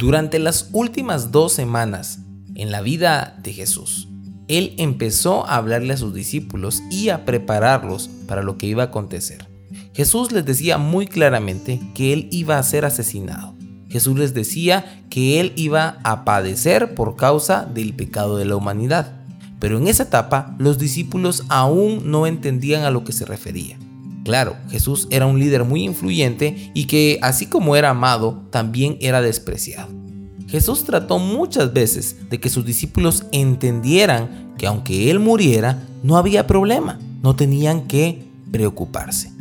Durante las últimas 2 semanas en la vida de Jesús, Él empezó a hablarle a sus discípulos y a prepararlos para lo que iba a acontecer. Jesús les decía muy claramente que Él iba a ser asesinado. Jesús les decía que Él iba a padecer por causa del pecado de la humanidad. Pero en esa etapa, los discípulos aún no entendían a lo que se refería. Claro, Jesús era un líder muy influyente y que, así como era amado, también era despreciado. Jesús trató muchas veces de que sus discípulos entendieran que aunque Él muriera, no había problema, no tenían que preocuparse.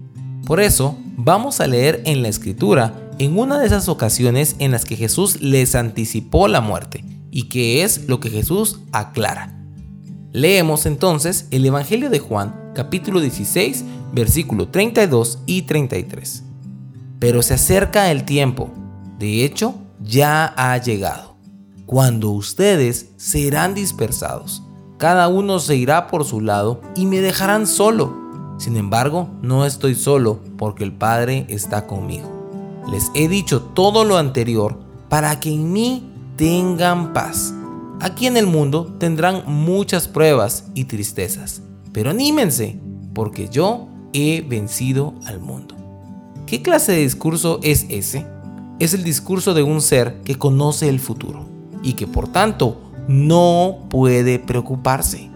Por eso, vamos a leer en la Escritura en una de esas ocasiones en las que Jesús les anticipó la muerte y que es lo que Jesús aclara. Leemos entonces el Evangelio de Juan, capítulo 16, versículo 32 y 33. Pero se acerca el tiempo, de hecho, ya ha llegado, cuando ustedes serán dispersados. Cada uno se irá por su lado y me dejarán solo. Sin embargo, no estoy solo porque el Padre está conmigo. Les he dicho todo lo anterior para que en mí tengan paz. Aquí en el mundo tendrán muchas pruebas y tristezas, pero anímense, porque yo he vencido al mundo. ¿Qué clase de discurso es ese? Es el discurso de un ser que conoce el futuro y que por tanto no puede preocuparse.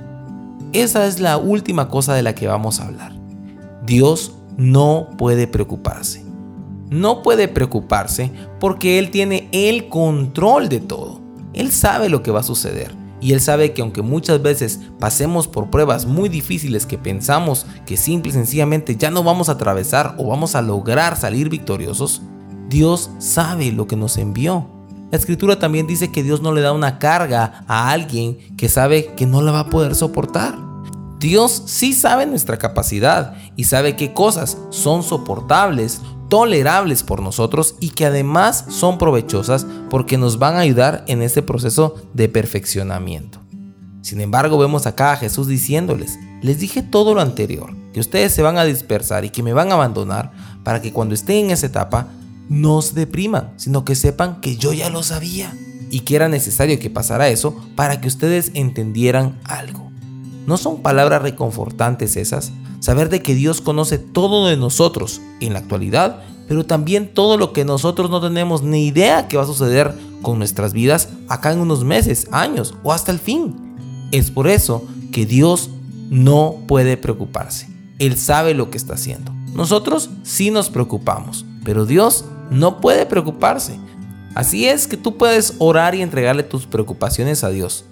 Esa es la última cosa de la que vamos a hablar. Dios no puede preocuparse. No puede preocuparse porque Él tiene el control de todo. Él sabe lo que va a suceder y Él sabe que aunque muchas veces pasemos por pruebas muy difíciles que pensamos que simple y sencillamente ya no vamos a atravesar o vamos a lograr salir victoriosos, Dios sabe lo que nos envió. La Escritura también dice que Dios no le da una carga a alguien que sabe que no la va a poder soportar. Dios sí sabe nuestra capacidad y sabe qué cosas son soportables, tolerables por nosotros y que además son provechosas porque nos van a ayudar en este proceso de perfeccionamiento. Sin embargo, vemos acá a Jesús diciéndoles: les dije todo lo anterior, que ustedes se van a dispersar y que me van a abandonar para que cuando estén en esa etapa no se depriman, sino que sepan que yo ya lo sabía y que era necesario que pasara eso para que ustedes entendieran algo. ¿No son palabras reconfortantes esas? Saber de que Dios conoce todo de nosotros en la actualidad, pero también todo lo que nosotros no tenemos ni idea que va a suceder con nuestras vidas acá en unos meses, años o hasta el fin. Es por eso que Dios no puede preocuparse. Él sabe lo que está haciendo. Nosotros sí nos preocupamos, pero Dios no puede preocuparse. Así es que tú puedes orar y entregarle tus preocupaciones a Dios.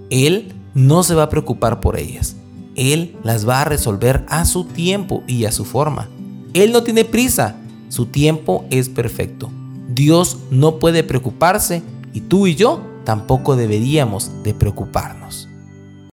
Él no se va a preocupar por ellas. Él las va a resolver a su tiempo y a su forma. Él no tiene prisa. Su tiempo es perfecto. Dios no puede preocuparse y tú y yo tampoco deberíamos de preocuparnos.